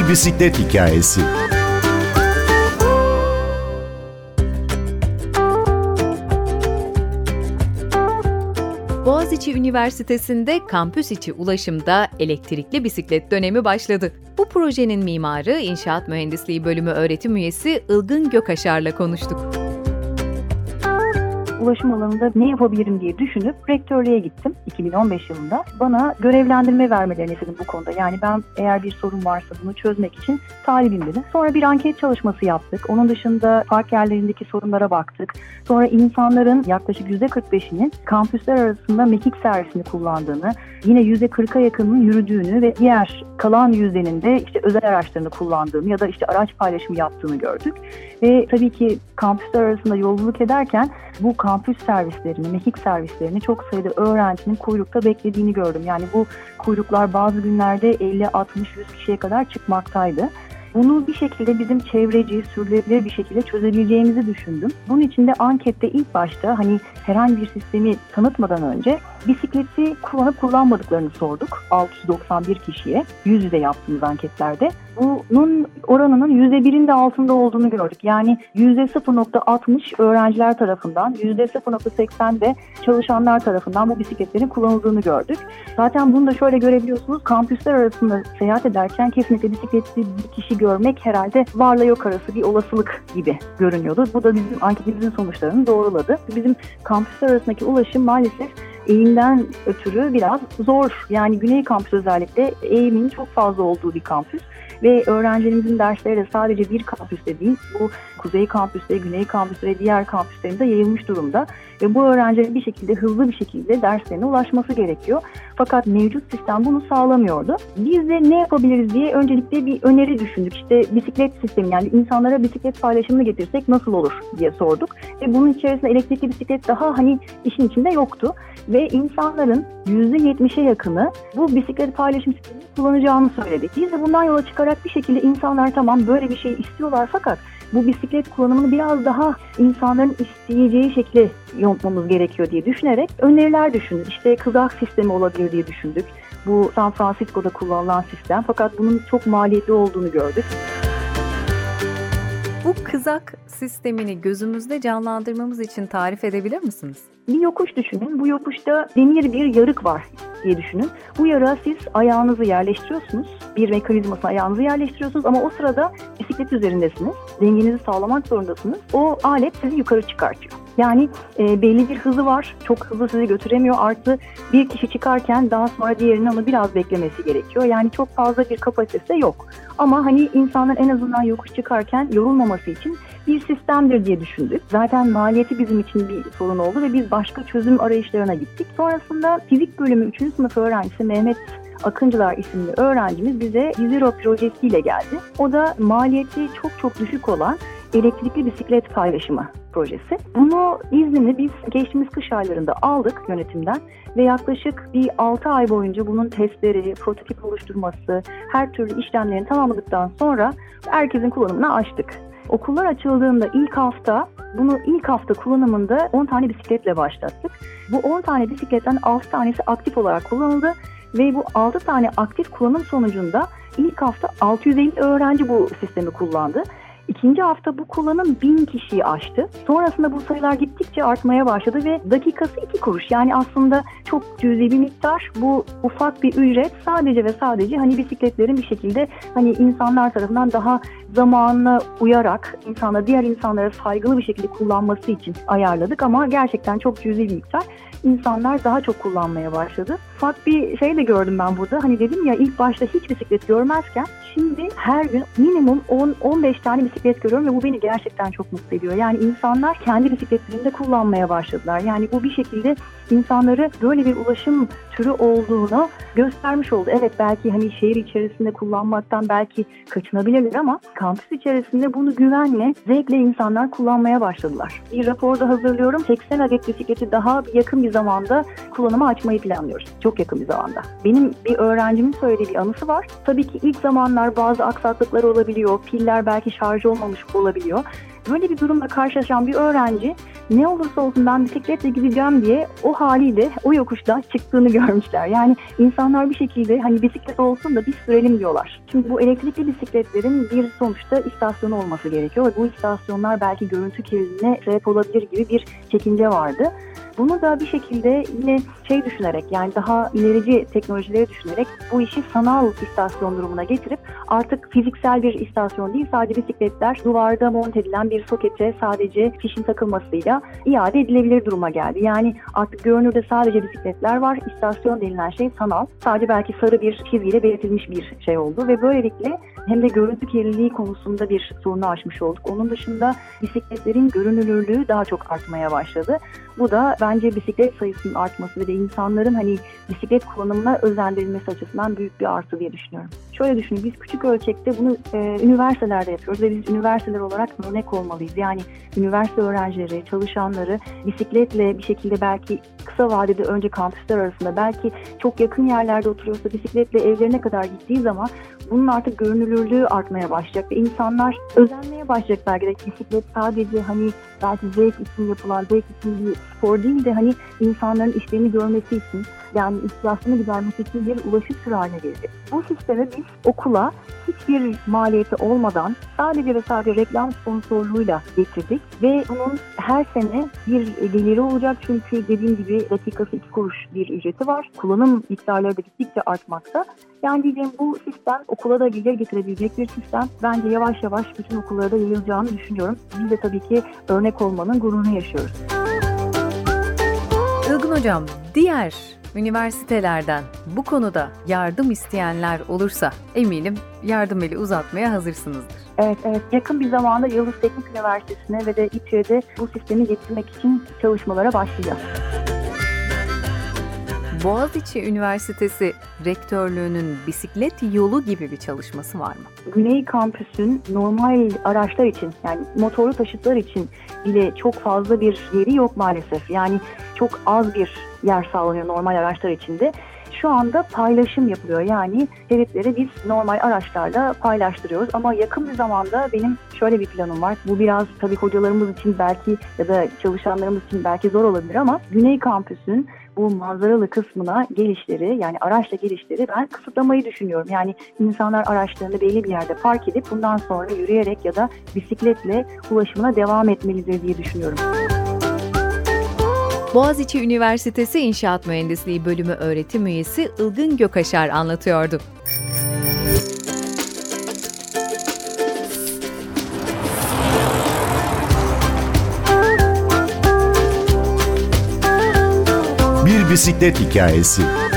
Bir bisiklet hikayesi. Boğaziçi Üniversitesi'nde kampüs içi ulaşımda elektrikli bisiklet dönemi başladı. Bu projenin mimarı İnşaat Mühendisliği Bölümü öğretim üyesi Ilgın Gökaşar'la konuştuk. Ulaşım alanında ne yapabilirim diye düşünüp rektörlüğe gittim 2015 yılında. Bana görevlendirme vermelerini istedim bu konuda. Yani ben eğer bir sorun varsa bunu çözmek için talibim dedim. Sonra bir anket çalışması yaptık. Onun dışında park yerlerindeki sorunlara baktık. Sonra insanların yaklaşık %45'inin kampüsler arasında mekik servisini kullandığını, yine %40'a yakınının yürüdüğünü ve diğer kalan yüzdenin de özel araçlarını kullandığını ya da araç paylaşımı yaptığını gördük. Ve tabii ki kampüsler arasında yolculuk ederken bu kampüs servislerini, mekik servislerini çok sayıda öğrencinin kuyrukta beklediğini gördüm. Yani bu kuyruklar bazı günlerde 50, 60, 100 kişiye kadar çıkmaktaydı. Bunu bir şekilde bizim çevreci, sürdürülebilir bir şekilde çözebileceğimizi düşündüm. Bunun için de ankette ilk başta herhangi bir sistemi tanıtmadan önce bisikleti kullanıp kullanmadıklarını sorduk 691 kişiye yüz yüze yaptığımız anketlerde. Bunun oranının %1'in de altında olduğunu gördük. Yani %0.60 öğrenciler tarafından, %0.80 de çalışanlar tarafından bu bisikletlerin kullanıldığını gördük. Zaten bunu da şöyle görebiliyorsunuz. Kampüsler arasında seyahat ederken kesinlikle bisikletli bir kişi görmek herhalde varla yok arası bir olasılık gibi görünüyordu. Bu da bizim anketimizin sonuçlarını doğruladı. Bizim kampüsler arasındaki ulaşım maalesef eğimden ötürü biraz zor. Yani Güney Kampüs özellikle eğimin çok fazla olduğu bir kampüs. Ve öğrencilerimizin dersleri de sadece bir kampüste değil, bu Kuzey Kampüs'te, Güney Kampüs'te ve diğer kampüslerinde yayılmış durumda. Ve bu öğrencilerin bir şekilde hızlı bir şekilde derslerine ulaşması gerekiyor. Fakat mevcut sistem bunu sağlamıyordu. Biz de ne yapabiliriz diye öncelikle bir öneri düşündük. Bisiklet sistemi, yani insanlara bisiklet paylaşımını getirsek nasıl olur diye sorduk. Ve bunun içerisinde elektrikli bisiklet daha işin içinde yoktu. Ve insanların %70'e yakını bu bisiklet paylaşım sistemini kullanacağını söyledik. Biz de bundan yola çıkarak bir şekilde insanlar tamam böyle bir şey istiyorlar fakat bu bisiklet kullanımını biraz daha insanların isteyeceği şekilde yontmamız gerekiyor diye düşünerek öneriler düşündük. Kızak sistemi olabilir diye düşündük. Bu San Francisco'da kullanılan sistem fakat bunun çok maliyetli olduğunu gördük. Bu kızak sistemini gözümüzde canlandırmamız için tarif edebilir misiniz? Bir yokuş düşünün. Bu yokuşta demir bir yarık var diye düşünün. Bu yarığa siz ayağınızı yerleştiriyorsunuz. Bir mekanizmasına ayağınızı yerleştiriyorsunuz ama o sırada bisiklet üzerindesiniz. Dengenizi sağlamak zorundasınız. O alet sizi yukarı çıkartıyor. Yani belli bir hızı var. Çok hızlı sizi götüremiyor. Artı bir kişi çıkarken daha sonra diğerinin onu biraz beklemesi gerekiyor. Yani çok fazla bir kapasitesi de yok. Ama insanlar en azından yokuş çıkarken yorulmaması için bir sistemdir diye düşündük. Zaten maliyeti bizim için bir sorun oldu ve biz başka çözüm arayışlarına gittik. Sonrasında fizik bölümü 3. sınıf öğrencisi Mehmet Akıncılar isimli öğrencimiz bize Zero projesiyle geldi. O da maliyeti çok düşük olan elektrikli bisiklet paylaşımı projesi. Bunu iznini biz geçtiğimiz kış aylarında aldık yönetimden ve yaklaşık bir 6 ay boyunca bunun testleri, prototip oluşturması, her türlü işlemlerini tamamladıktan sonra herkesin kullanımına açtık. Okullar açıldığında ilk hafta kullanımında 10 tane bisikletle başlattık. Bu 10 tane bisikletten 6 tanesi aktif olarak kullanıldı ve bu 6 tane aktif kullanım sonucunda ilk hafta 650 öğrenci bu sistemi kullandı. İkinci hafta bu kullanım 1000 kişiyi aştı. Sonrasında bu sayılar gittikçe artmaya başladı ve dakikası 2 kuruş. Yani aslında çok cüzi bir miktar. Bu ufak bir ücret sadece ve sadece bisikletlerin bir şekilde insanlar tarafından daha zamanına uyarak diğer insanlara saygılı bir şekilde kullanması için ayarladık ama gerçekten çok cüzi bir miktar. İnsanlar daha çok kullanmaya başladı. Ufak bir şey de gördüm ben burada. Dedim ya ilk başta hiç bisiklet görmezken şimdi her gün minimum 10-15 tane bisiklet görüyorum ve bu beni gerçekten çok mutlu ediyor. Yani insanlar kendi bisikletlerini de kullanmaya başladılar. Yani bu bir şekilde insanları böyle bir ulaşım türü olduğunu göstermiş oldu. Evet belki şehir içerisinde kullanmaktan belki kaçınabilirler ama kampüs içerisinde bunu güvenle, zevkle insanlar kullanmaya başladılar. Bir raporda hazırlıyorum. 80 adet bisikleti daha yakın bir zamanda kullanıma açmayı planlıyoruz. Çok yakın bir zamanda. Benim bir öğrencimin söylediği bir anısı var. Tabii ki ilk zamanlar bazı aksaklıklar olabiliyor. Piller belki şarj olmamış olabiliyor. Böyle bir durumla karşılaşan bir öğrenci ne olursa olsun ben bisikletle gideceğim diye o haliyle o yokuştan çıktığını görmüşler. Yani insanlar bir şekilde hani bisiklet olsun da biz sürelim diyorlar. Şimdi bu elektrikli bisikletlerin bir sonuçta istasyonu olması gerekiyor ve bu istasyonlar belki görüntü kirliliğine sebep olabilir gibi bir çekince vardı. Bunu da bir şekilde yine düşünerek, yani daha ilerici teknolojileri düşünerek bu işi sanal istasyon durumuna getirip artık fiziksel bir istasyon değil, sadece bisikletler duvarda monte edilen bir sokete sadece fişin takılmasıyla iade edilebilir duruma geldi. Yani artık görünürde sadece bisikletler var, istasyon denilen şey sanal. Sadece belki sarı bir çizgiyle belirtilmiş bir şey oldu ve böylelikle hem de görüntü kirliliği konusunda bir sorunu aşmış olduk. Onun dışında bisikletlerin görünürlüğü daha çok artmaya başladı. Bu da bence bisiklet sayısının artması ve de insanların hani bisiklet kullanımına özendirilmesi açısından büyük bir artı diye düşünüyorum. Şöyle düşünün, biz küçük ölçekte bunu üniversitelerde yapıyoruz ve biz üniversiteler olarak örnek olmalıyız. Yani üniversite öğrencileri, çalışanları bisikletle bir şekilde belki kısa vadede önce kampüsler arasında, belki çok yakın yerlerde oturuyorsa bisikletle evlerine kadar gittiği zaman bunun artık görünürlüğü artmaya başlayacak ve insanlar özenmeye başlayacak belki de. Bisiklet sadece hani belki zevk için yapılan, zevk için bir spor değil de hani insanların işlerini görmesi için, yani ihtiyaçlarını gidermesi için bir ulaşım türü haline gelecek. Bu sistemi biz okula hiçbir maliyeti olmadan sadece ve sadece reklam sponsorluğuyla getirdik ve bunun her sene bir geliri olacak, çünkü dediğim gibi dakikası 2 kuruş bir ücreti var. Kullanım miktarları da gittikçe artmakta. Yani diyeceğim, bu sistem okula da gelir getirebilecek bir sistem. Bence yavaş yavaş bütün okullara da yayılacağını düşünüyorum. Biz de tabii ki örnek olmanın gururunu yaşıyoruz. Ilgın Hocam, diğer üniversitelerden bu konuda yardım isteyenler olursa eminim yardım eli uzatmaya hazırsınızdır. Evet. Yakın bir zamanda Yıldız Teknik Üniversitesi'ne ve de İTÜ'de bu sistemi getirmek için çalışmalara başlayacağız. Boğaziçi Üniversitesi Rektörlüğü'nün bisiklet yolu gibi bir çalışması var mı? Güney Kampüs'ün normal araçlar için, yani motorlu taşıtlar için bile çok fazla bir yeri yok maalesef. Yani çok az bir yer sağlanıyor normal araçlar içinde. Şu anda paylaşım yapılıyor. Yani şeritleri biz normal araçlarla paylaştırıyoruz. Ama yakın bir zamanda benim şöyle bir planım var. Bu biraz tabii hocalarımız için belki ya da çalışanlarımız için belki zor olabilir ama Güney Kampüs'ün bu manzaralı kısmına gelişleri, yani araçla gelişleri ben kısıtlamayı düşünüyorum. Yani insanlar araçlarını belli bir yerde park edip bundan sonra yürüyerek ya da bisikletle ulaşımına devam etmelidir diye düşünüyorum. Boğaziçi Üniversitesi İnşaat Mühendisliği Bölümü öğretim üyesi Ilgın Gökaşar anlatıyordu. Bir bisiklet hikayesi.